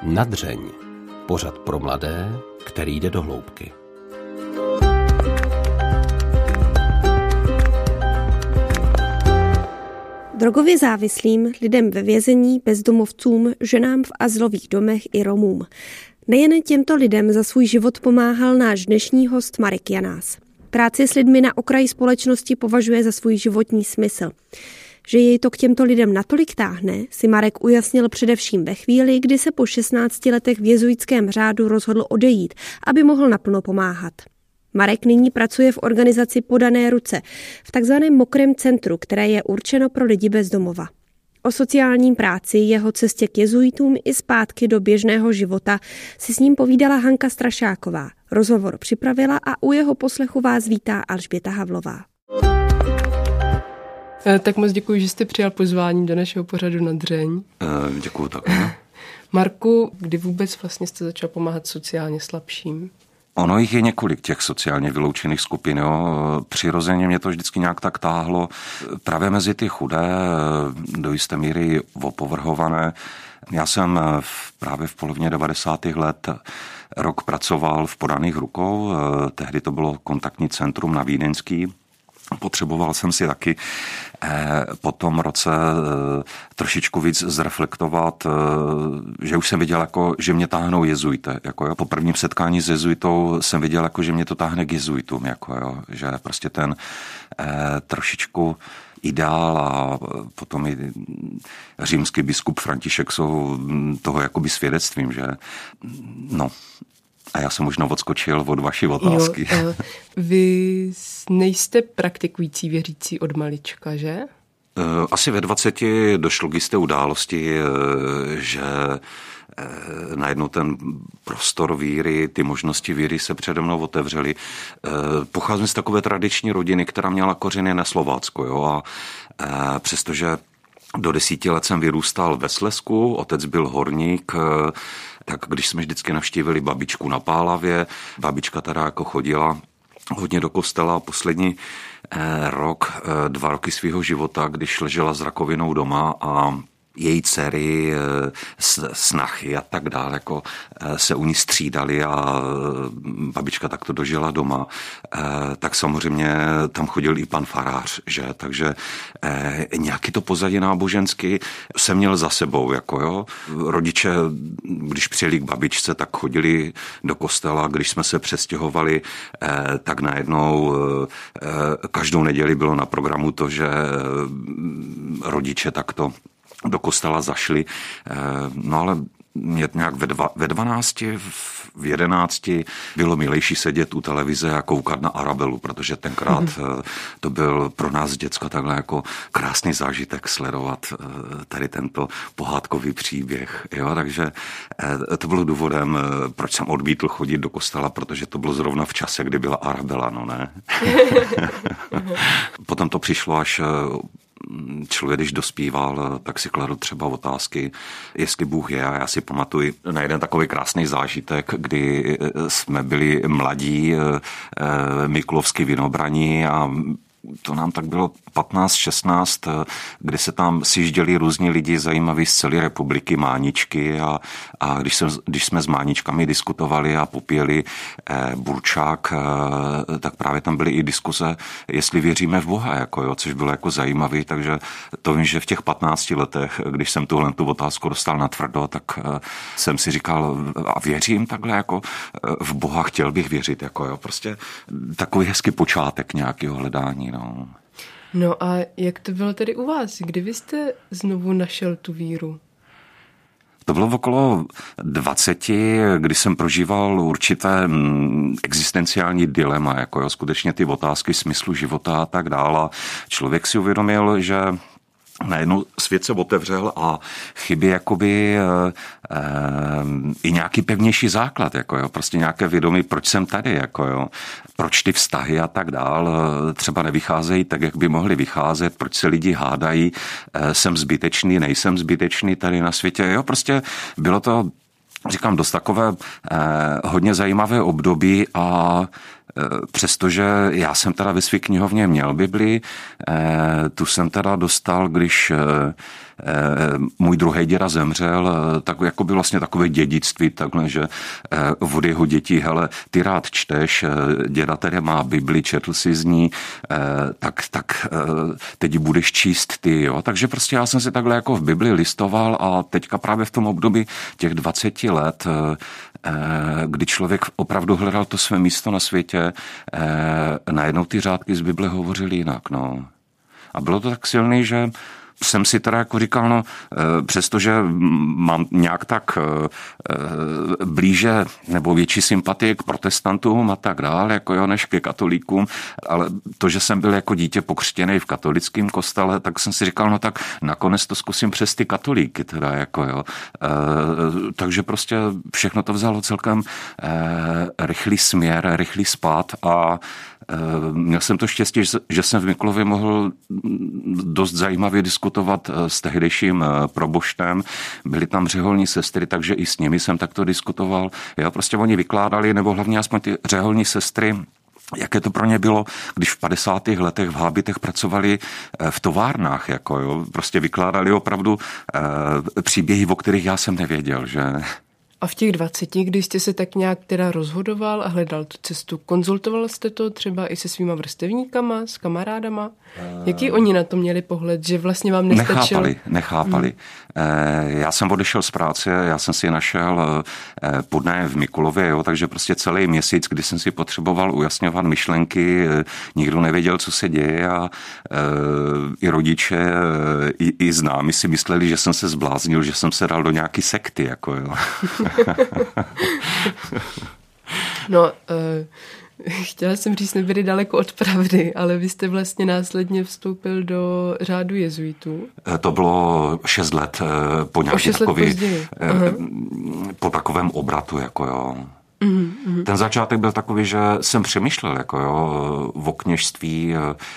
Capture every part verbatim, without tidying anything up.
Nadřeň. Pořad pro mladé, který jde do hloubky. Drogově závislým, lidem ve vězení, bezdomovcům, ženám v azylových domech i Romům. Nejen těmto lidem za svůj život pomáhal náš dnešní host Marek Janás. Práci s lidmi na okraji společnosti považuje za svůj životní smysl. Že jej to k těmto lidem natolik táhne, si Marek ujasnil především ve chvíli, kdy se po šestnácti letech v jezuitském řádu rozhodl odejít, aby mohl naplno pomáhat. Marek nyní pracuje v organizaci Podané ruce, v takzvaném mokrém centru, které je určeno pro lidi bez domova. O sociální práci, jeho cestě k jezuitům i zpátky do běžného života si s ním povídala Hanka Strašáková. Rozhovor připravila a u jeho poslechu vás vítá Alžběta Havlová. Tak moc děkuji, že jste přijal pozvání do našeho pořadu Nadřeň. Děkuji také. Marku, kdy vůbec vlastně jste začal pomáhat sociálně slabším? Ono jich je několik těch sociálně vyloučených skupin. Jo. Přirozeně mě to vždycky nějak tak táhlo právě mezi ty chudé, do jisté míry opovrhované. Já jsem v, právě v polovině devadesátých let rok pracoval v Podaných rukou, tehdy to bylo kontaktní centrum na Vídeňský. Potřeboval jsem si taky po tom roce trošičku víc zreflektovat, že už jsem viděl, jako, že mě táhnou jezuité. Jako jo. Po prvním setkání s jezuitou jsem viděl, jako, že mě to táhne k jezuitům. Jako jo. Že prostě ten trošičku ideál a potom i římský biskup František jsou toho jakoby svědectvím, že no... A já jsem možná odskočil od vaší otázky. Jo, vy nejste praktikující věřící od malička, že? Asi ve dvaceti došlo k jisté události, že najednou ten prostor víry, ty možnosti víry se přede mnou otevřely. Pocházím z takové tradiční rodiny, která měla kořeny na Slovácku. Jo? A přestože do desíti let jsem vyrůstal ve Slezsku, otec byl horník, tak když jsme vždycky navštívili babičku na Pálavě, babička teda jako chodila hodně do kostela a poslední eh, rok, eh, dva roky svého života, když ležela s rakovinou doma a její dcery, snachy a tak dále, jako se u ní střídali a babička takto dožila doma, tak samozřejmě tam chodil i pan farář, že? Takže nějaký to pozadí náboženský jsem měl za sebou, jako jo. Rodiče, když přijeli k babičce, tak chodili do kostela, když jsme se přestěhovali, tak najednou každou neděli bylo na programu to, že rodiče takto do kostela zašli, no ale mě nějak ve, dva, ve dvanácti, v jedenácti bylo milejší sedět u televize a koukat na Arabelu, protože tenkrát mm. to byl pro nás děcka takhle jako krásný zážitek sledovat tady tento pohádkový příběh. Jo? Takže to bylo důvodem, proč jsem odmítl chodit do kostela, protože to bylo zrovna v čase, kdy byla Arabela, no ne? Potom to přišlo až člověk, když dospíval, tak si kladl třeba otázky, jestli Bůh je. A já si pamatuju na jeden takový krásný zážitek, kdy jsme byli mladí, Mikulovsky Vinobraní a to nám tak bylo patnáct šestnáct, kdy se tam sjížděli různí lidi zajímaví z celé republiky, máničky a, a když, jsem, když jsme s máničkami diskutovali a popíjeli eh, burčák, eh, tak právě tam byly i diskuze, jestli věříme v Boha, jako jo, což bylo jako zajímavý, takže to vím, že v těch patnácti letech, když jsem tuhle tu otázku dostal natvrdo, tak eh, jsem si říkal, a věřím takhle, jako eh, v Boha chtěl bych věřit, jako jo, prostě takový hezký počátek nějakého hledání, no. No a jak to bylo tedy u vás? Kdy vy jste znovu našel tu víru? To bylo okolo dvaceti, kdy jsem prožíval určité existenciální dilema, jako jo, skutečně ty otázky smyslu života a tak dále. Člověk si uvědomil, že najednou svět se otevřel a chybí jakoby e, e, i nějaký pevnější základ, jako jo, prostě nějaké vědomí, proč jsem tady, jako jo, proč ty vztahy a tak dál třeba nevycházejí tak, jak by mohly vycházet, proč se lidi hádají, e, jsem zbytečný, nejsem zbytečný tady na světě, jo, prostě bylo to, říkám, dost takové eh, hodně zajímavé období a přestože já jsem teda ve své knihovně měl Bibli, tu jsem teda dostal, když můj druhý děda zemřel, tak jako by vlastně takové dědictví, takhle, že od jeho dětí, hele, ty rád čteš, děda tedy má Bibli, četl si z ní, tak, tak teď budeš číst ty, jo. Takže prostě já jsem si takhle jako v Bibli listoval a teďka právě v tom období těch dvaceti let, kdy člověk opravdu hledal to své místo na světě, najednou ty řádky z Bible hovořily jinak, no. A bylo to tak silný, že jsem si teda jako říkal, no, přestože mám nějak tak blíže nebo větší sympatie k protestantům a tak dál, jako jo, než ke katolíkům, ale to, že jsem byl jako dítě pokřtěný v katolickém kostele, tak jsem si říkal, no tak nakonec to zkusím přes ty katolíky teda, jako jo. Takže prostě všechno to vzalo celkem rychlý směr, rychlý spád a měl jsem to štěstí, že jsem v Mikulově mohl dost zajímavě diskutovat s tehdejším proboštem. Byly tam řeholní sestry, takže i s nimi jsem takto diskutoval. Jo, prostě oni vykládali, nebo hlavně aspoň ty řeholní sestry, jaké to pro ně bylo, když v padesátých letech v Hábitech pracovali v továrnách, jako jo, prostě vykládali opravdu e, příběhy, o kterých já jsem nevěděl, že... A v těch dvaceti, když jste se tak nějak teda rozhodoval a hledal tu cestu, konzultoval jste to třeba i se svýma vrstevníkama, s kamarádama? Jaký oni na to měli pohled, že vlastně vám nestačilo? Nechápali, nechápali. Hmm. Já jsem odešel z práce, já jsem si našel podnájem v Mikulově, jo, takže prostě celý měsíc, kdy jsem si potřeboval ujasňovat myšlenky, nikdo nevěděl, co se děje a i rodiče, i, i známi si mysleli, že jsem se zbláznil, že jsem se dal do nějaký sekty, jako jo. No, uh, chtěla jsem říct, nebyli daleko od pravdy, ale vy jste vlastně následně vstoupil do řádu jezuitů. To bylo šest let po nějaký takový, po takovém obratu, jako jo. Uh-huh, uh-huh. Ten začátek byl takový, že jsem přemýšlel, jako jo, o kněžství,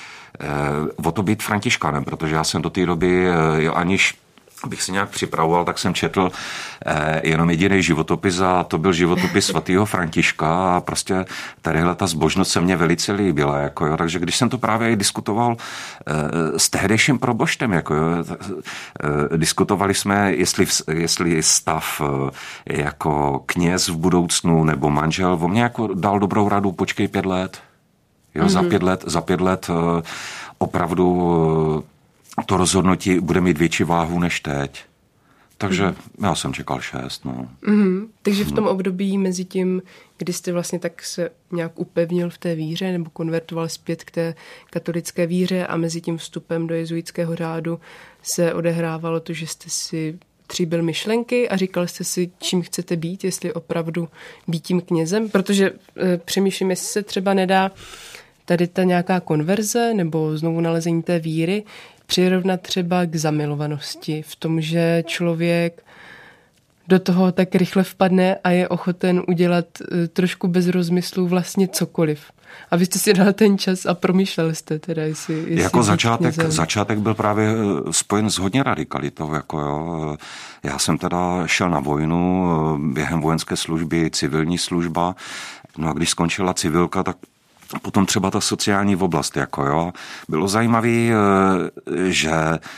o to být františkánem, protože já jsem do té doby, jo, aniž bych si nějak připravoval, tak jsem četl eh, jenom jediný životopis a to byl životopis svatého Františka a prostě tadyhle ta zbožnost se mně velice líbila, jako jo, takže když jsem to právě i diskutoval eh, s tehdejším proboštem, jako jo, eh, diskutovali jsme, jestli, jestli stav eh, jako kněz v budoucnu nebo manžel, on mě jako dal dobrou radu, počkej pět let, jo, mm-hmm. za pět let, za pět let eh, opravdu eh, to rozhodnutí bude mít větší váhu než teď. Takže mm. já jsem čekal šest. No. Mm. Takže v tom období mezi tím, kdy jste vlastně tak se nějak upevnil v té víře nebo konvertoval zpět k té katolické víře a mezi tím vstupem do jezuitského řádu se odehrávalo to, že jste si tříbil myšlenky a říkal jste si, čím chcete být, jestli opravdu být tím knězem, protože e, přemýšlím, jestli se třeba nedá tady ta nějaká konverze nebo znovu nalezení té víry přirovnat třeba k zamilovanosti v tom, že člověk do toho tak rychle vpadne a je ochoten udělat trošku bez rozmyslu vlastně cokoliv. A vy jste si dal ten čas a promýšlel jste teda, jestli... jestli jako začátek, začátek byl právě spojen s hodně radikalitou. Jako jo. Já jsem teda šel na vojnu, během vojenské služby, civilní služba. No a když skončila civilka, tak potom třeba ta sociální oblast, jako jo. Bylo zajímavé, že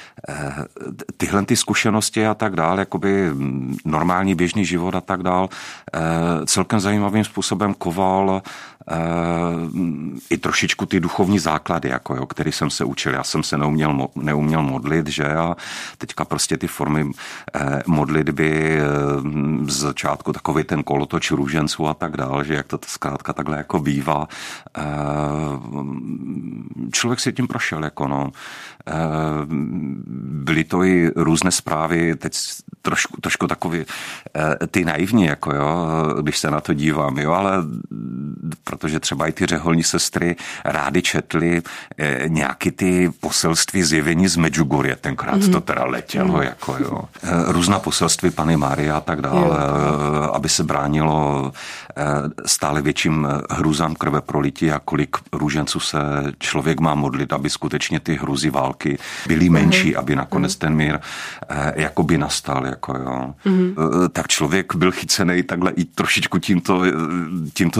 tyhle ty zkušenosti a tak dál, jakoby normální běžný život a tak dál, celkem zajímavým způsobem koval i trošičku ty duchovní základy, jako jo, který jsem se učil. Já jsem se neuměl, neuměl modlit, že a teďka prostě ty formy modlitby z začátku takový ten kolotoč růženců a tak dál, že jak to zkrátka takhle jako bývá. Člověk si tím prošel, jako no. Byly to i různé zprávy, teď trošku, trošku takový ty naivní, jako jo, když se na to dívám, jo, ale protože třeba i ty řeholní sestry rády četly nějaký ty poselství zjevení z Medjugorje, tenkrát mm-hmm. to teda letělo, mm-hmm. jako jo. Různá poselství Panny Marie a tak dále, aby se bránilo stále větším hrůzám krve prolití a kolik růženců se člověk má modlit, aby skutečně ty hrůzy války byly menší, mm-hmm. aby nakonec ten mír jakoby nastal, jako jo. Mm-hmm. Tak člověk byl chycený takhle i trošičku tímto, tímto směrem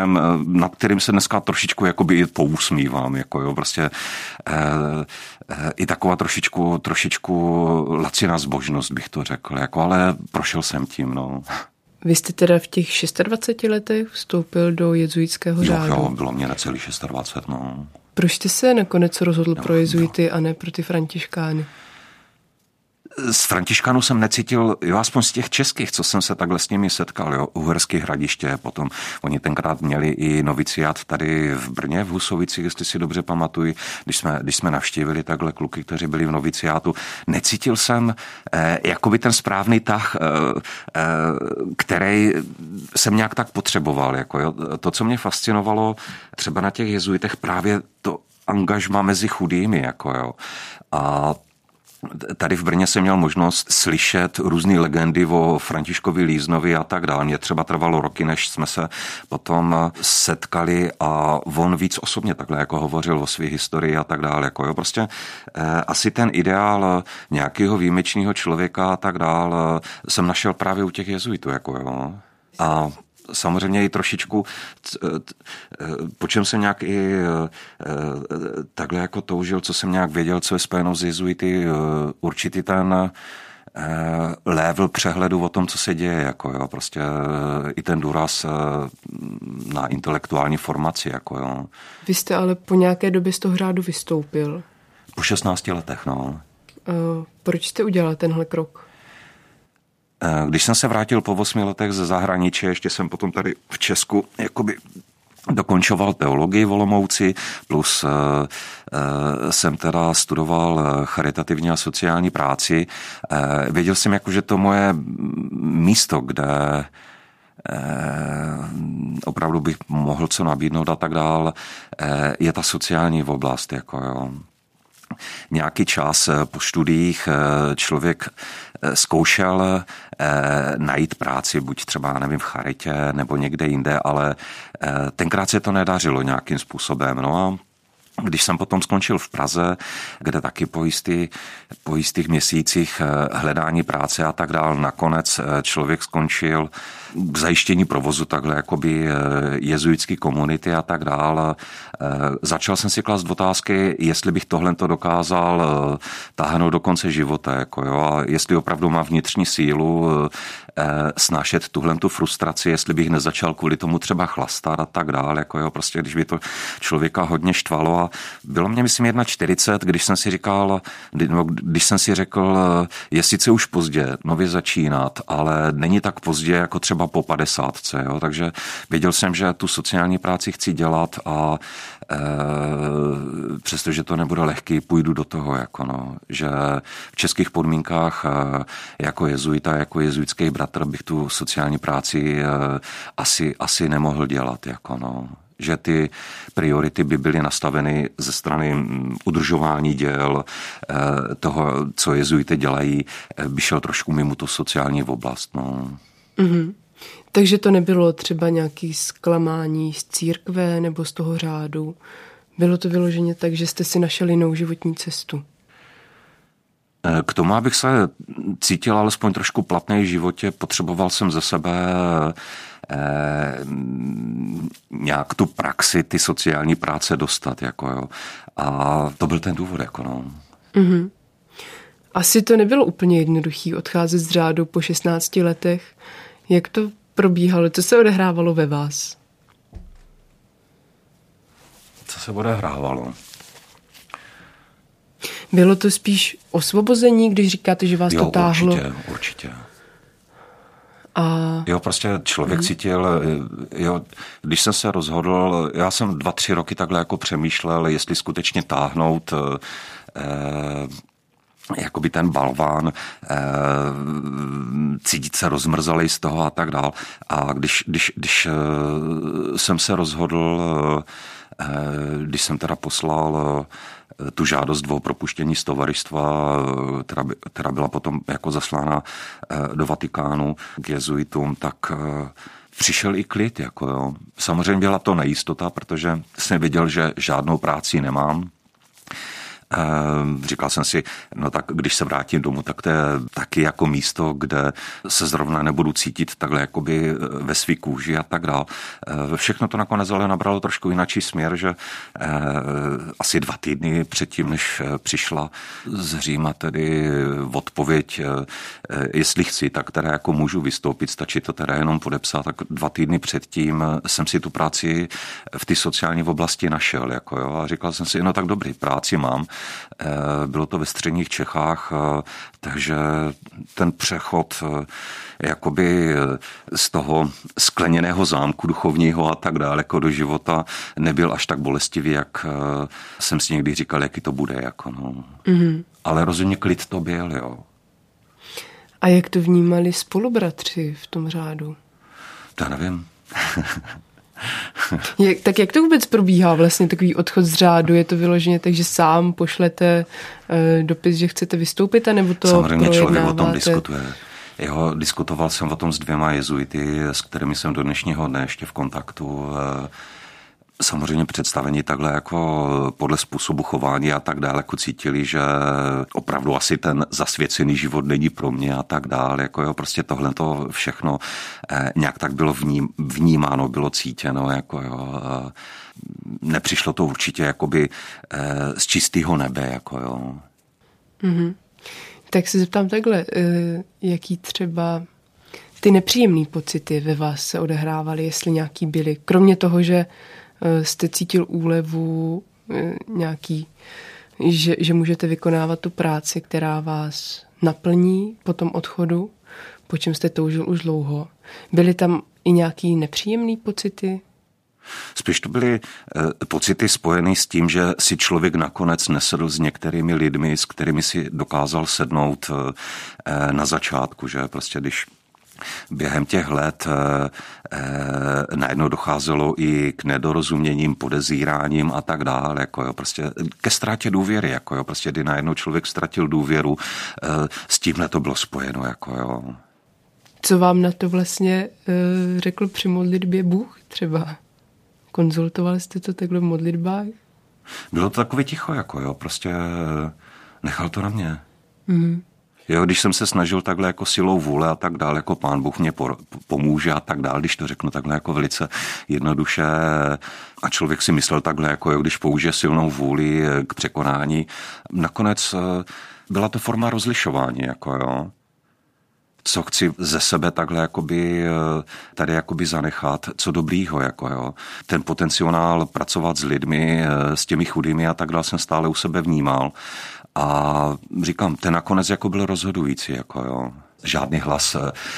způsobem, nad kterým se dneska trošičku jakoby pousmívám, jako jo, prostě e, e, i taková trošičku, trošičku laciná zbožnost, bych to řekl, jako, ale prošel jsem tím, no. Vy jste teda v těch dvaceti šesti letech vstoupil do jezuitského řádu. Jo, jo, bylo mě necelý dvacet šest, no. Proč jste se nakonec rozhodl jo, pro jezuity jo. a ne pro ty františkány? Z františkánů jsem necítil, jo, aspoň z těch českých, co jsem se takhle s nimi setkal, jo, Uherské Hradiště, potom oni tenkrát měli i noviciát tady v Brně, v Husovicích, jestli si dobře pamatuju, když jsme, když jsme navštívili takhle kluky, kteří byli v noviciátu, necítil jsem eh, jakoby ten správný tah, eh, eh, který jsem nějak tak potřeboval, jako jo. To, co mě fascinovalo třeba na těch jezuitech, právě to angažma mezi chudými, jako jo, a tady v Brně jsem měl možnost slyšet různé legendy o Františkovi Líznovi a tak dále. Mě třeba trvalo roky, než jsme se potom setkali a on víc osobně takhle jako hovořil o své historii a tak dále. Jako jo. Prostě eh, asi ten ideál nějakého výjimečného člověka a tak dále jsem našel právě u těch jezuitů. Jako jo. A samozřejmě i trošičku, po čem jsem nějak i takhle jako toužil, co jsem nějak věděl, co je spojeno s jezuity, určitý ten level přehledu o tom, co se děje, jako jo, prostě i ten důraz na intelektuální formaci, jako jo. Vy jste ale po nějaké době z toho řádu vystoupil. Po šestnácti letech, no. Proč jste udělal tenhle krok? Když jsem se vrátil po osmi letech ze zahraničí, ještě jsem potom tady v Česku jakoby dokončoval teologii v Olomouci, plus uh, uh, jsem teda studoval charitativní a sociální práci. Uh, věděl jsem, jako, že to moje místo, kde uh, opravdu bych mohl co nabídnout a tak dál, uh, je ta sociální oblast, jako jo. Nějaký čas po studiích člověk zkoušel najít práci, buď třeba, nevím, v charitě nebo někde jinde, ale tenkrát se to nedařilo nějakým způsobem. No a když jsem potom skončil v Praze, kde taky po, jistý, po jistých měsících hledání práce a tak dál, nakonec člověk skončil k zajištění provozu takhle jakoby jezuitské komunity a tak dál. Začal jsem si klást otázky, jestli bych tohle to dokázal táhnout do konce života, jako jo, a jestli opravdu mám vnitřní sílu snášet tuhle tu frustraci, jestli bych nezačal kvůli tomu třeba chlastat a tak dál, jako jo, prostě když by to člověka hodně štvalo a bylo mě, myslím, čtyřicet jedna, když jsem si říkal, když jsem si řekl, je sice už pozdě nově začínat, ale není tak pozdě jako třeba po padesátce, jo, takže věděl jsem, že tu sociální práci chci dělat a e, přestože to nebude lehký, půjdu do toho, jako no, že v českých podmínkách e, jako jezuita, jako jezuitský bratr bych tu sociální práci e, asi, asi nemohl dělat, jako no. Že ty priority by byly nastaveny ze strany udržování děl, toho, co jezuité dělají, by šel trošku mimo tu sociální oblast. No. Mm-hmm. Takže to nebylo třeba nějaké zklamání z církve nebo z toho řádu. Bylo to vyloženě tak, že jste si našel jinou životní cestu. K tomu, abych se cítil alespoň trošku platnej v životě, potřeboval jsem ze sebe eh, nějak tu praxi, ty sociální práce dostat. Jako jo. A to byl ten důvod. Jako no. Mm-hmm. Asi to nebylo úplně jednoduchý odcházet z řádu po šestnácti letech. Jak to probíhalo? Co se odehrávalo ve vás? Co se odehrávalo? Bylo to spíš osvobození, když říkáte, že vás jo, to táhlo? určitě, určitě. A... Jo, prostě člověk hmm. cítil, jo, když jsem se rozhodl, já jsem dva, tři roky takhle jako přemýšlel, jestli skutečně táhnout eh, jakoby ten balván, eh, cítit se rozmrzalej z toho a tak dál. A když, když, když eh, jsem se rozhodl, eh, když jsem teda poslal eh, tu žádost o propuštění z tovaristva, která, by, která byla potom jako zaslána eh, do Vatikánu k jezuitům, tak eh, přišel i klid. Jako jo. Samozřejmě byla to nejistota, protože jsem věděl, že žádnou práci nemám. Říkal jsem si, no tak když se vrátím domů, tak to je taky jako místo, kde se zrovna nebudu cítit takhle jakoby ve svý kůži a tak dál. Všechno to nakonec ale nabralo trošku jináčí směr, že asi dva týdny předtím, než přišla z Říma tedy odpověď, jestli chci, tak teda jako můžu vystoupit, stačí to teda jenom podepsat, tak dva týdny předtím jsem si tu práci v té sociální oblasti našel, jako jo, a říkal jsem si, no tak dobrý, práci mám. Bylo to ve středních Čechách, takže ten přechod jakoby z toho skleněného zámku duchovního a tak dále jako do života nebyl až tak bolestivý, jak jsem si někdy říkal, jaký to bude. Jako no. Mm-hmm. Ale rozhodně klid to byl, jo. A jak to vnímali spolubratři v tom řádu? To já nevím. Jak, tak jak to vůbec probíhá vlastně takový odchod z řádu? Je to vyloženě tak, že sám pošlete uh, dopis, že chcete vystoupit, anebo to samozřejmě člověk o tom diskutuje. Jo, diskutoval jsem o tom s dvěma jezuity, s kterými jsem do dnešního dne ještě v kontaktu. Samozřejmě představení takhle jako podle způsobu chování a tak dále, jako cítili, že opravdu asi ten zasvěcený život není pro mě a tak dále. Jako jo, prostě tohle to všechno eh, nějak tak bylo vním, vnímáno, bylo cítěno. Jako jo, eh, nepřišlo to určitě jakoby eh, z čistého nebe. Jako jo. Mm-hmm. Tak se zeptám takhle, eh, jaký třeba ty nepříjemné pocity ve vás se odehrávaly, jestli nějaký byly, kromě toho, že jste cítil úlevu nějaký, že, že můžete vykonávat tu práci, která vás naplní po tom odchodu, po čem jste toužil už dlouho. Byly tam i nějaký nepříjemné pocity? Spíš to byly e, pocity spojené s tím, že si člověk nakonec nesedl s některými lidmi, s kterými si dokázal sednout e, na začátku, že prostě když během těch let eh, eh, najednou docházelo i k nedorozuměním, podezíráním a tak dále, jako jo, prostě ke ztrátě důvěry, jako jo, prostě kdy najednou člověk ztratil důvěru, eh, s tímhle to bylo spojeno, jako jo. Co vám na to vlastně eh, řekl při modlitbě Bůh třeba? Konzultovali jste to takhle v modlitbách? Bylo to takové ticho, jako jo, prostě nechal to na mě. Mhm. Jo, když jsem se snažil takhle jako silou vůle a tak dále, jako Pán Bůh mě pomůže a tak dále, když to řeknu takhle jako velice jednoduše a člověk si myslel takhle, jako jo, když použije silnou vůli k překonání. Nakonec byla to forma rozlišování, jako jo. Co chci ze sebe takhle jakoby, tady jakoby zanechat, co dobrýho, jako jo. Ten potenciál pracovat s lidmi, s těmi chudými a tak dále jsem stále u sebe vnímal. A říkám, ten nakonec jako byl rozhodující, jako jo. Žádný hlas,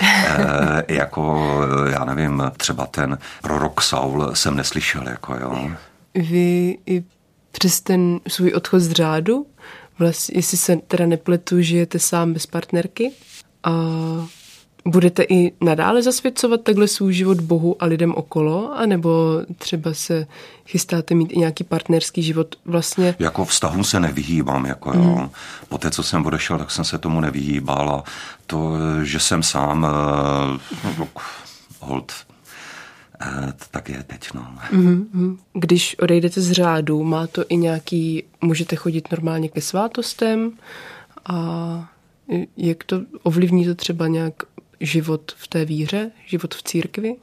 e, jako, já nevím, třeba ten prorok Saul jsem neslyšel, jako jo. Vy i přes ten svůj odchod z řádu, vlastně, jestli se teda nepletu, žijete sám bez partnerky a budete i nadále zasvěcovat takhle svůj život Bohu a lidem okolo, anebo třeba se chystáte mít i nějaký partnerský život vlastně? Jako vztahům se nevyhýbám, jako mm. jo. Po té, co jsem odešel, tak jsem se tomu nevyhýbal a to, že jsem sám no, hold, tak je teď, no. Mm-hmm. Když odejdete z řádu, má to i nějaký, můžete chodit normálně ke svátostem a jak to ovlivní to třeba nějak život v té víře, život v církvi?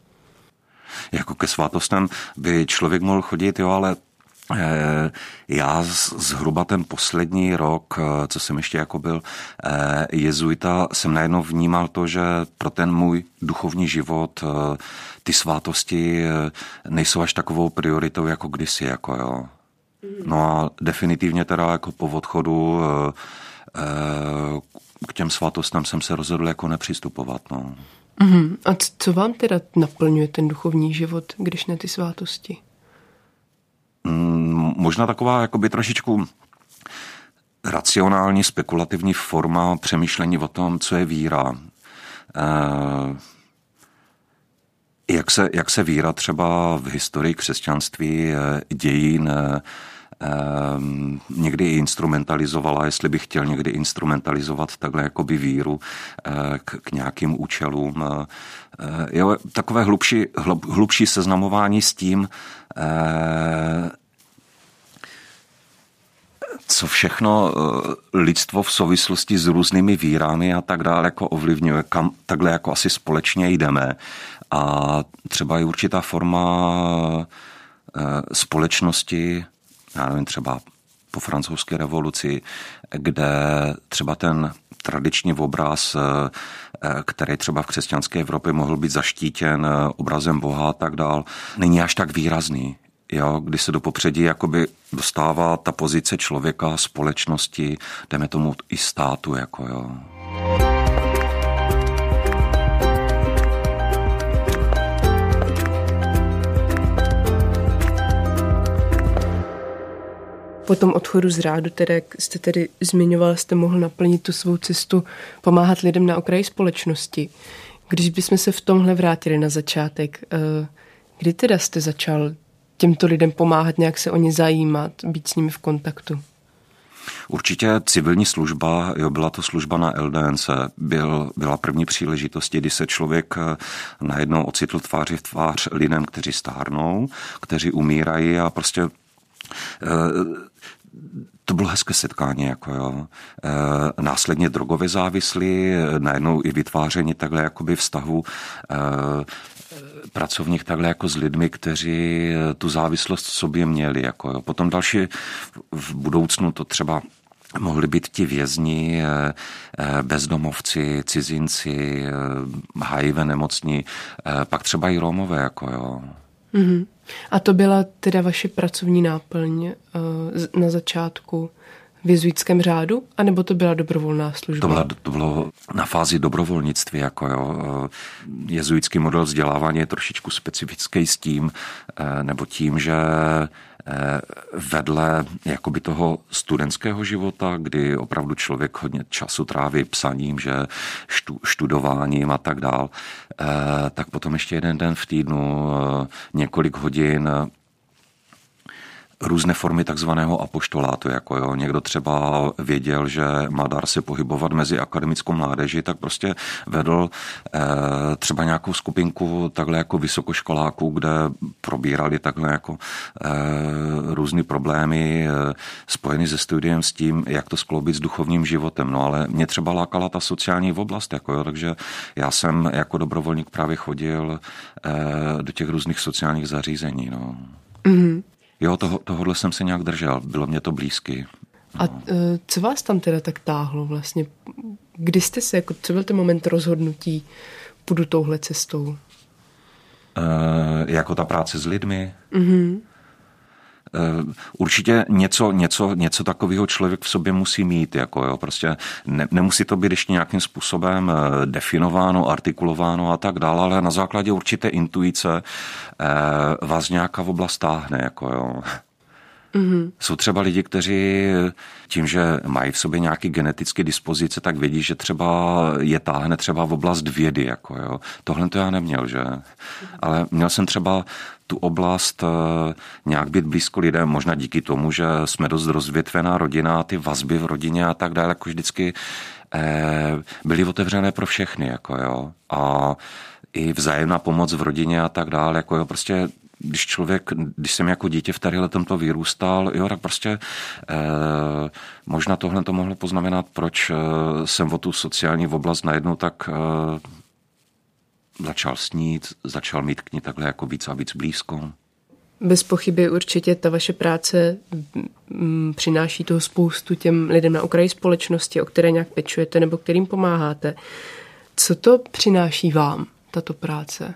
Jako ke svátostem by člověk mohl chodit, jo, ale eh, já zhruba ten poslední rok, co jsem ještě jako byl eh, jezuita, jsem najednou vnímal to, že pro ten můj duchovní život eh, ty svátosti eh, nejsou až takovou prioritou jako kdysi, jako jo. No a definitivně teda jako po odchodu eh, eh, k těm svátostem jsem se rozhodl jako nepřistupovat. No. Mm-hmm. A co vám teda naplňuje ten duchovní život, když ne ty svátosti? Mm, možná taková jakoby trošičku racionální, spekulativní forma přemýšlení o tom, co je víra. E, jak se, jak se víra třeba v historii křesťanství, dějin Um, někdy instrumentalizovala, jestli bych chtěl někdy instrumentalizovat takhle jakoby víru uh, k, k nějakým účelům. Uh, jo, takové hlubší, hlub, hlubší seznamování s tím, uh, co všechno lidstvo v souvislosti s různými vírami a tak dále jako ovlivňuje, kam takhle jako asi společně jdeme. A třeba i určitá forma společnosti, já nevím, třeba po francouzské revoluci, kde třeba ten tradiční obraz, který třeba v křesťanské Evropě mohl být zaštítěn obrazem Boha a tak dál, není až tak výrazný. Jo, kdy se do popředí jakoby dostává ta pozice člověka, společnosti, jdeme tomu i státu. Jako jo. Po tom odchodu z řádu, tedy, jak jste tedy zmiňoval, jste mohl naplnit tu svou cestu, pomáhat lidem na okraji společnosti. Když bychom se v tomhle vrátili na začátek, kdy teda jste začal těmto lidem pomáhat, nějak se o ně zajímat, být s nimi v kontaktu? Určitě civilní služba, jo, byla to služba na L D N C, byl, byla první příležitosti, kdy se člověk najednou ocitl tváři v tvář lidem, kteří stárnou, kteří umírají a prostě to bylo hezké setkání, jako jo. E, následně drogově závislí, najednou i vytváření takhle jakoby vztahu e, pracovních takhle jako s lidmi, kteří tu závislost v sobě měli, jako jo. Potom další v budoucnu to třeba mohli být ti vězni, bezdomovci, cizinci, H I V nemocní, pak třeba i Romové, jako jo. Mm-hmm. A to byla teda vaše pracovní náplň uh, na začátku v jezuitském řádu, anebo to byla dobrovolná služba? To, byla, to bylo na fázi dobrovolnictví. Jako jo. Jezuitský model vzdělávání je trošičku specifický s tím, nebo tím, že vedle jakoby toho studentského života, kdy opravdu člověk hodně času tráví psaním, že štu, študováním a tak dál, tak potom ještě jeden den v týdnu, několik hodin různé formy takzvaného apoštolátu. Jako jo. Někdo třeba věděl, že má dar se pohybovat mezi akademickou mládeží, tak prostě vedl eh, třeba nějakou skupinku takhle jako vysokoškoláků, kde probírali takhle jako eh, různý problémy eh, spojený se studiem s tím, jak to skloubit s duchovním životem. No ale mě třeba lákala ta sociální oblast, jako jo, takže já jsem jako dobrovolník právě chodil eh, do těch různých sociálních zařízení. No. Mm-hmm. Jo, toho, tohohle jsem se nějak držel, bylo mě to blízky. No. A co vás tam teda tak táhlo vlastně? Kdy jste se, jako, co byl ten moment rozhodnutí, půjdu touhle cestou? E, jako ta práce s lidmi? Mhm. Určitě něco, něco, něco takového člověk v sobě musí mít. Jako jo. Prostě ne, nemusí to být ještě nějakým způsobem definováno, artikulováno a tak dále, ale na základě určité intuice eh, vás nějaká oblast táhne. Jako jo. Mm-hmm. Jsou třeba lidi, kteří tím, že mají v sobě nějaké genetické dispozice, tak vědí, že třeba je táhne třeba v oblast vědy. Jako jo. Tohle to já neměl, že? Ale měl jsem třeba tu oblast nějak být blízko lidem, možná díky tomu, že jsme dost rozvětvená rodina, ty vazby v rodině a tak dále, jako vždycky eh, byly otevřené pro všechny. Jako jo. A i vzájemná pomoc v rodině a tak dále. Jako jo, prostě když člověk, když jsem jako dítě v tady letem to vyrůstal, jo, tak prostě eh, možná tohle to mohlo poznamenat, proč eh, jsem o tu sociální oblast najednou tak eh, začal snít, začal mít k ní takhle jako víc a víc blízko. Bez pochyby určitě ta vaše práce m, přináší toho spoustu těm lidem na okraji společnosti, o které nějak pečujete nebo kterým pomáháte. Co to přináší vám, tato práce?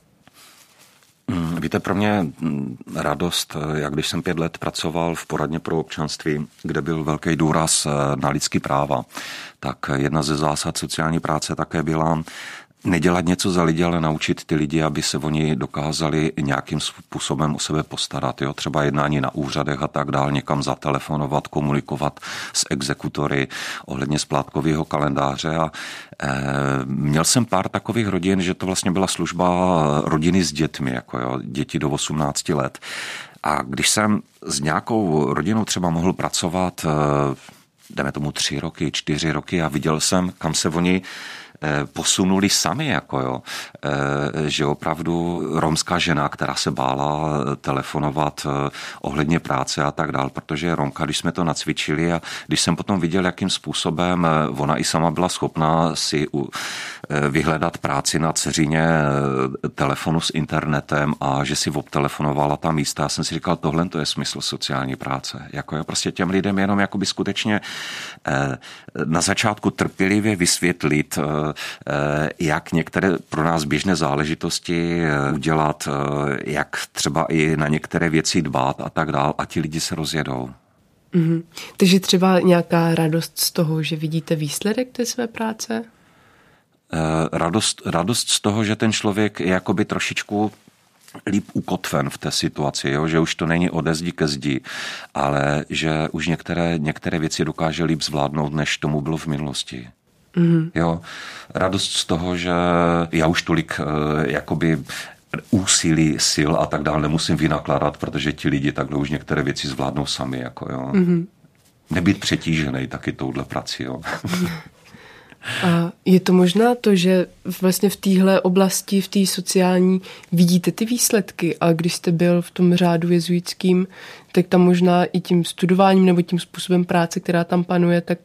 Víte, pro mě radost, jak když jsem pět let pracoval v poradně pro občanství, kde byl velký důraz na lidský práva, tak jedna ze zásad sociální práce také byla nedělat něco za lidi, ale naučit ty lidi, aby se oni dokázali nějakým způsobem o sebe postarat. Jo? Třeba jednání na úřadech a tak dál, někam zatelefonovat, komunikovat s exekutory ohledně splátkového kalendáře. A e, měl jsem pár takových rodin, že to vlastně byla služba rodiny s dětmi, jako jo? Děti do osmnácti let. A když jsem s nějakou rodinou třeba mohl pracovat, e, jdeme tomu tři roky, čtyři roky a viděl jsem, kam se oni posunuli sami, jako jo. Že opravdu romská žena, která se bála telefonovat ohledně práce a tak dál, protože Romka, když jsme to nacvičili a když jsem potom viděl, jakým způsobem ona i sama byla schopná si vyhledat práci na dceřině telefonu s internetem a že si obtelefonovala ta místa, já jsem si říkal, tohle to je smysl sociální práce. Jako je prostě těm lidem jenom jakoby skutečně na začátku trpělivě vysvětlit, jak některé pro nás běžné záležitosti udělat, jak třeba i na některé věci dbát a tak dál a ti lidi se rozjedou. Mm-hmm. Takže třeba nějaká radost z toho, že vidíte výsledek té své práce? Radost, radost z toho, že ten člověk je jakoby trošičku líp ukotven v té situaci, jo? Že už to není ode zdi ke zdi, ale že už některé, některé věci dokáže líp zvládnout, než tomu bylo v minulosti. Mm-hmm. Jo? Radost z toho, že já už tolik jakoby úsilí, sil a tak dále nemusím vynakládat, protože ti lidi takhle už některé věci zvládnou sami. Jako, jo? Mm-hmm. Nebýt přetížený taky touhle prací. Jo? A je to možná to, že vlastně v téhle oblasti, v té sociální, vidíte ty výsledky a když jste byl v tom řádu jezuitským, tak tam možná i tím studováním nebo tím způsobem práce, která tam panuje, tak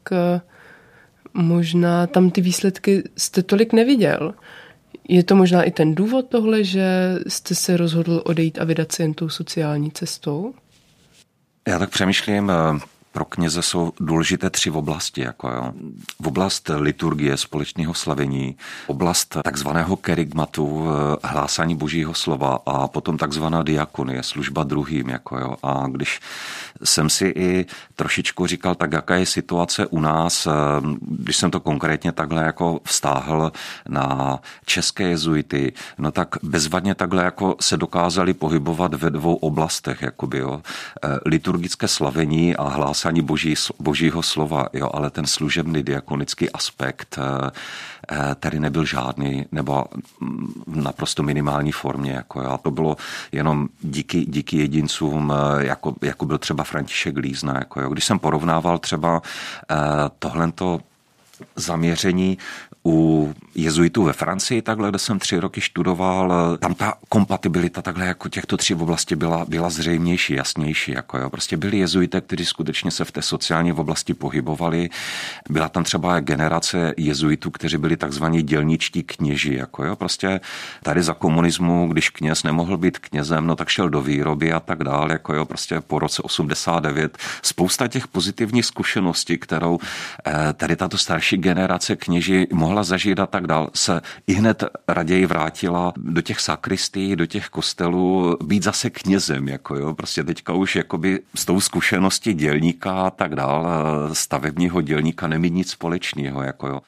možná tam ty výsledky jste tolik neviděl. Je to možná i ten důvod tohle, že jste se rozhodl odejít a vydat se jen tou sociální cestou? Já tak přemýšlím, pro kněze jsou důležité tři oblasti. Jako jo. V oblast liturgie, společného slavení, oblast takzvaného kerygmatu, hlásání božího slova a potom takzvaná diakonie, služba druhým. Jako jo. A když jsem si i trošičku říkal, tak jaká je situace u nás, když jsem to konkrétně takhle jako vztáhl na české jezuity, no tak bezvadně takhle jako se dokázali pohybovat ve dvou oblastech. Jakoby, jo. Liturgické slavení a hlásání Boží, božího slova, jo, ale ten služebný diakonický aspekt tady nebyl žádný, nebo v naprosto minimální formě. Jako, jo. A to bylo jenom díky, díky jedincům, jako, jako byl třeba František Lízna. Jako, jo. Když jsem porovnával třeba tohleto zaměření u jezuitů ve Francii, takhle, kde jsem tři roky študoval, tam ta kompatibilita takhle jako těchto tří oblastí byla, byla zřejmější, jasnější. Jako jo. Prostě byli jezuité, kteří skutečně se v té sociální oblasti pohybovali. Byla tam třeba generace jezuitů, kteří byli takzvaní dělničtí kněži. Jako jo. Prostě tady za komunismu, když kněz nemohl být knězem, no tak šel do výroby a tak dál. Jako jo. Prostě po roce osmdesát devět spousta těch pozitivních zkušeností, kterou tady tato starší generace kněží mohla zažít a tak dál, se i hned raději vrátila do těch sakristí, do těch kostelů, být zase knězem, jako jo, prostě teďka už jakoby s tou zkušeností dělníka a tak dál, stavebního dělníka nemít nic společného, jako jo.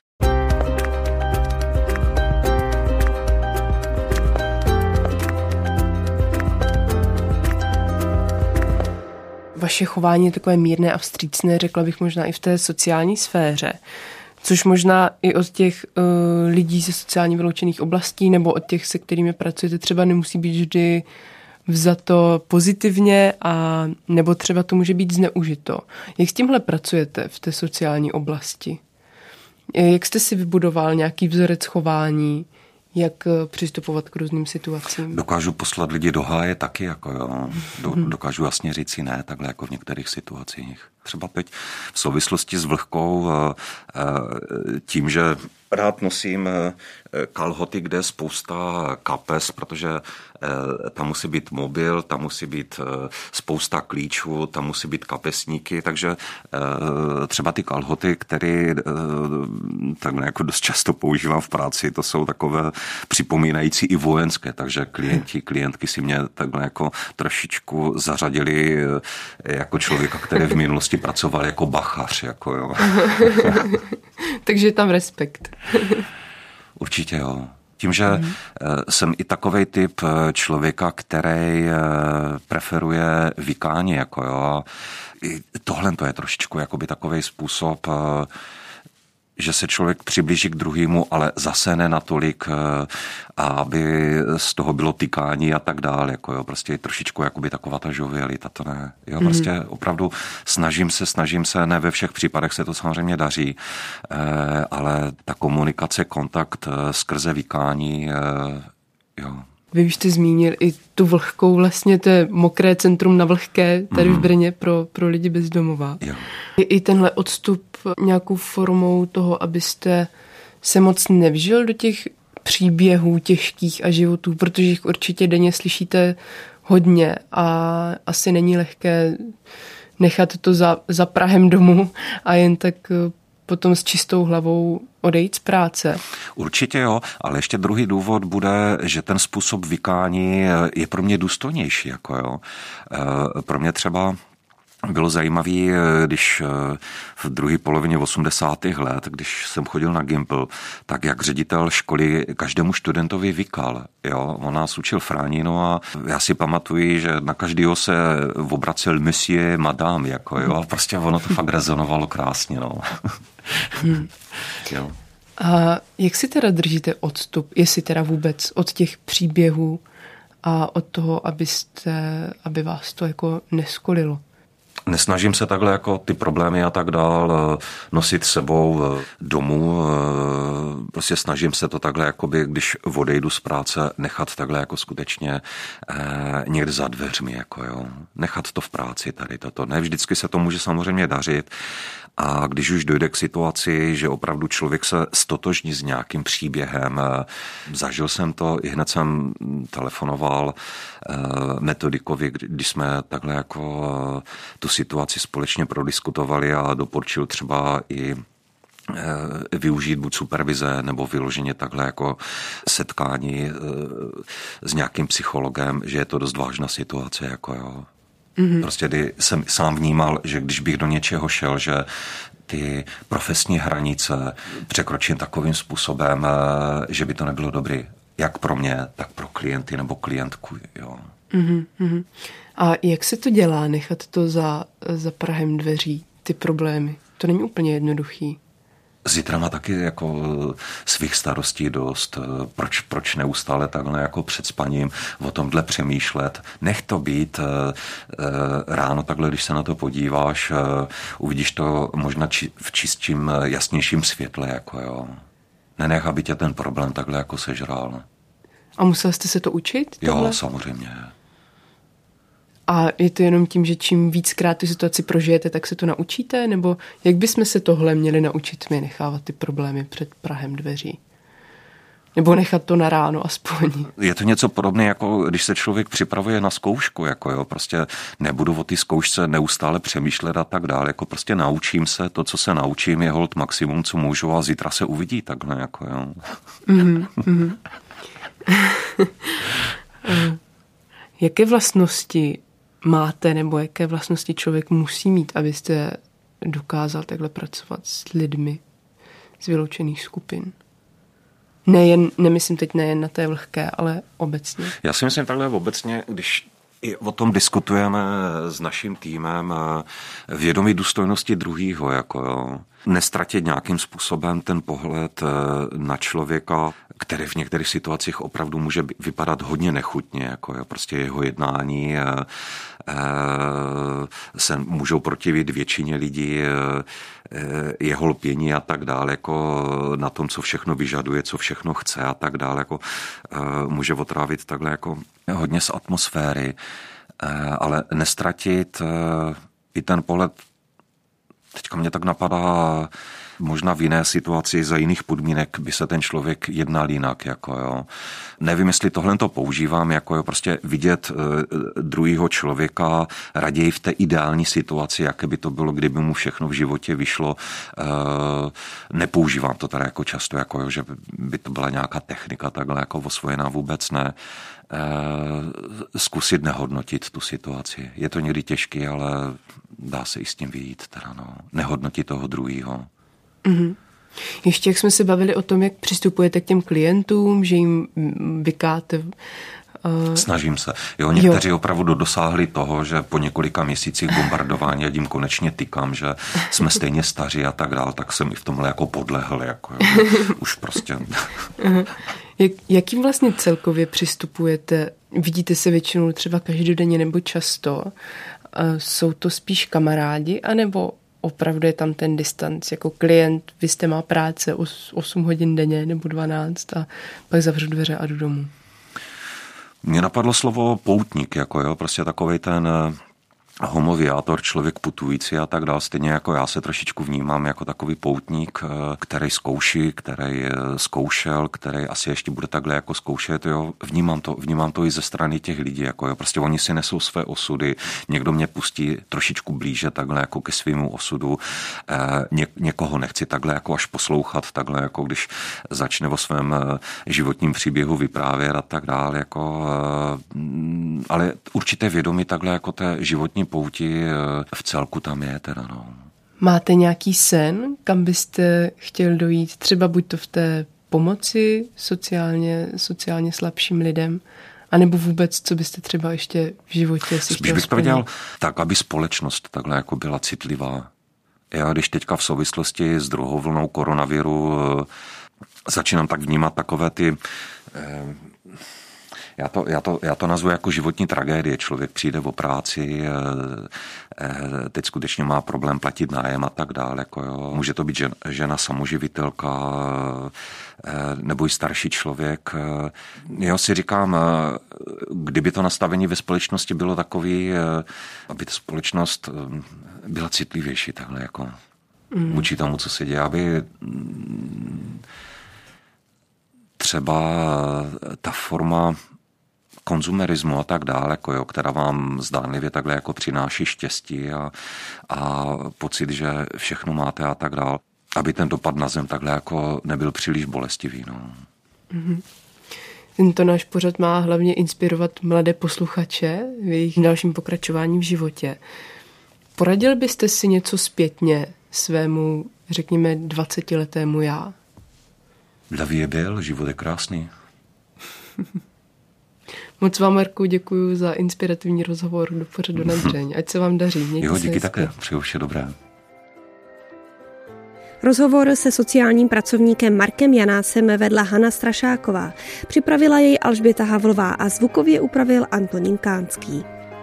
Vaše chování je takové mírné a vstřícné, řekla bych možná i v té sociální sféře. Což možná i od těch uh, lidí ze sociálně vyloučených oblastí nebo od těch, se kterými pracujete, třeba nemusí být vždy vzato pozitivně a nebo třeba to může být zneužito. Jak s tímhle pracujete v té sociální oblasti? Jak jste si vybudoval nějaký vzorec chování? Jak přistupovat k různým situacím? Dokážu poslat lidi do háje taky, jako jo. Do, dokážu jasně říct si ne, takhle jako v některých situacích. Třeba teď v souvislosti s vlhkou, tím, že rád nosím kalhoty, kde je spousta kapes, protože tam musí být mobil, tam musí být spousta klíčů, tam musí být kapesníky, takže třeba ty kalhoty, které takhle jako dost často používám v práci, to jsou takové připomínající i vojenské, takže klienti, klientky si mě takhle jako trošičku zařadili jako člověka, který v minulosti pracoval jako bachař, jako jo. Takže je tam respekt. Určitě jo. Tím, že mm. jsem i takovej typ člověka, který preferuje vykání, jako jo. Tohle to je trošičku jakoby takovej způsob, že se člověk přiblíží k druhému, ale zase ne natolik, a aby z toho bylo tykání a tak dále, jako jo, prostě trošičku jakoby taková ta žovialita, to ne. Jo, mm-hmm. prostě opravdu snažím se, snažím se, ne ve všech případech se to samozřejmě daří, ale ta komunikace, kontakt skrze vykání, jo. Vy už jste zmínil i tu vlhkou, vlastně to je mokré centrum na vlhké tady mm. v Brně pro, pro lidi bezdomová. Jo. I, I tenhle odstup nějakou formou toho, abyste se moc nevžil do těch příběhů těžkých a životů, protože jich určitě denně slyšíte hodně a asi není lehké nechat to za, za prahem domu a jen tak potom s čistou hlavou odejít z práce. Určitě jo, ale ještě druhý důvod bude, že ten způsob vykání je pro mě důstojnější. Jako jo. Pro mě třeba bylo zajímavý, když v druhé polovině osmdesátých let, když jsem chodil na Gimpl, tak jak ředitel školy každému studentovi vykal. Jo? On nás učil fráninu a já si pamatuju, že na každého se obracel monsieur, madame, jako jo. Prostě ono to fakt rezonovalo krásně. No. Hmm. Jo. A jak si teda držíte odstup, jestli teda vůbec od těch příběhů a od toho, abyste, aby vás to jako neskolilo? Nesnažím se takhle jako ty problémy a tak dál nosit sebou domů. Prostě snažím se to takhle, jakoby, když odejdu z práce, nechat takhle jako skutečně někde za dveřmi. Jako jo. Nechat to v práci tady toto. Ne vždycky se to může samozřejmě dařit. A když už dojde k situaci, že opravdu člověk se stotožní s nějakým příběhem, zažil jsem to, i hned jsem telefonoval metodikovi, když jsme takhle jako tu situaci společně prodiskutovali a doporučil třeba i využít buď supervize nebo vyloženě takhle jako setkání s nějakým psychologem, že je to dost vážná situace, jako jo. Mm-hmm. Prostě kdy jsem sám vnímal, že když bych do něčeho šel, že ty profesní hranice překročím takovým způsobem, že by to nebylo dobrý. Jak pro mě, tak pro klienty nebo klientku. Jo. Mm-hmm. A jak se to dělá, nechat to za, za prahem dveří, ty problémy? To není úplně jednoduchý. Zítra má taky jako svých starostí dost. Proč, proč neustále takhle jako před spaním o tomhle přemýšlet? Nech to být. Ráno takhle, když se na to podíváš, uvidíš to možná či, v čistším, jasnějším světle. Jako jo. Nenech, aby tě ten problém takhle jako sežral. A musel jste se to učit? Tohle? Jo, samozřejmě. A je to jenom tím, že čím víckrát tu situaci prožijete, tak se to naučíte? Nebo jak bychom se tohle měli naučit my, nechávat ty problémy před prahem dveří? Nebo nechat to na ráno aspoň? Je to něco podobné, jako když se člověk připravuje na zkoušku. Jako jo, prostě nebudu o ty zkoušce neustále přemýšlet a tak dále. Jako prostě naučím se, to, co se naučím, je holt maximum, co můžu a zítra se uvidí takhle. Jako jo. Mm-hmm, mm-hmm. Jaké vlastnosti máte, nebo jaké vlastnosti člověk musí mít, abyste dokázal takhle pracovat s lidmi z vyloučených skupin? Nejen, nemyslím teď nejen na té vlhké, ale obecně. Já si myslím takhle obecně, když i o tom diskutujeme s naším týmem, vědomí důstojnosti druhýho, jako jo. Nestratit nějakým způsobem ten pohled na člověka, který v některých situacích opravdu může vypadat hodně nechutně, jako jo. Prostě jeho jednání se můžou protivit většině lidí, jeho lpění a tak dále, jako na tom, co všechno vyžaduje, co všechno chce a tak dále, jako může otrávit takhle jako hodně z atmosféry, ale nestratit i ten pohled. Teďka mě tak napadá, možná v jiné situaci, za jiných podmínek by se ten člověk jednal jinak. Jako jo. Nevím, jestli tohle to používám, jako jo, prostě vidět e, druhýho člověka raději v té ideální situaci, jaké by to bylo, kdyby mu všechno v životě vyšlo. E, nepoužívám to teda jako často, jako jo, že by to byla nějaká technika takhle jako osvojená, vůbec ne. E, zkusit nehodnotit tu situaci. Je to někdy těžké, ale dá se i s tím vyjít. Teda, no. Nehodnotit toho druhýho. Mm-hmm. Ještě jak jsme se bavili o tom, jak přistupujete k těm klientům, že jim vykáte Snažím se. Jo, někteří jo. opravdu dosáhli toho, že po několika měsících bombardování, já jim konečně tykám, že jsme stejně staří a tak dál, tak jsem i v tomhle jako podlehl. Jako, jo. Už prostě. Jak, jakým vlastně celkově přistupujete? Vidíte se většinou třeba každodenně nebo často? Jsou to spíš kamarádi, anebo opravdu je tam ten distanc jako klient, vy jste má práce osm hodin denně nebo dvanáct a pak zavřu dveře a jdu domů? Mně napadlo slovo poutník, jako jo, prostě takovej ten homoviátor, člověk putující a tak dál. Stejně jako já se trošičku vnímám jako takový poutník, který zkouší, který zkoušel, který asi ještě bude takhle jako zkoušet. Jo. Vnímám to, vnímám to i ze strany těch lidí. Jako jo. Prostě oni si nesou své osudy. Někdo mě pustí trošičku blíže takhle jako ke svému osudu. Ně, někoho nechci takhle jako až poslouchat, takhle jako když začne o svém životním příběhu vyprávět a tak dále. Jako, ale určité vědomí takhle jako té životní pouti v celku tam je teda, no. Máte nějaký sen, kam byste chtěl dojít? Třeba buď to v té pomoci sociálně, sociálně slabším lidem, anebo vůbec, co byste třeba ještě v životě si chtěl bych powiedzial, tak, aby společnost takhle jako byla citlivá. Já když teďka v souvislosti s druhou vlnou koronaviru začínám tak vnímat takové ty... Eh, Já to, já, to, já to nazvu jako životní tragédie. Člověk přijde o práci, teď skutečně má problém platit nájem a tak dále. Jako jo. Může to být žena, žena samoživitelka nebo i starší člověk. Já si říkám, kdyby to nastavení ve společnosti bylo takový, aby ta společnost byla citlivější takhle jako mm. vůči tomu, co se děje, aby třeba ta forma konzumerismu a tak dále, jako jo, která vám zdánlivě takhle jako přináší štěstí a, a pocit, že všechno máte a tak dále, aby ten dopad na zem takhle jako nebyl příliš bolestivý. No. Mm-hmm. Tento náš pořad má hlavně inspirovat mladé posluchače v jejich dalším pokračování v životě. Poradil byste si něco zpětně svému, řekněme, dvacetiletému já? La vie je belle, život je krásný. Moc vám, Marku, děkuji za inspirativní rozhovor do pořadu Na dřeň. Ať se vám daří. Mějte jo, se díky hezky. také. Přeju vše dobré. Rozhovor se sociálním pracovníkem Markem Janásem vedla Hana Strašáková. Připravila jej Alžběta Havlová a zvukově upravil Antonín Kánský.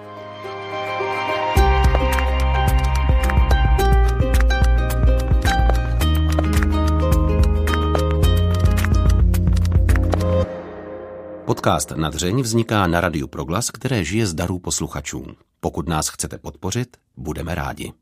Podcast Na dřeň vzniká na Radiu Proglas, které žije z darů posluchačů. Pokud nás chcete podpořit, budeme rádi.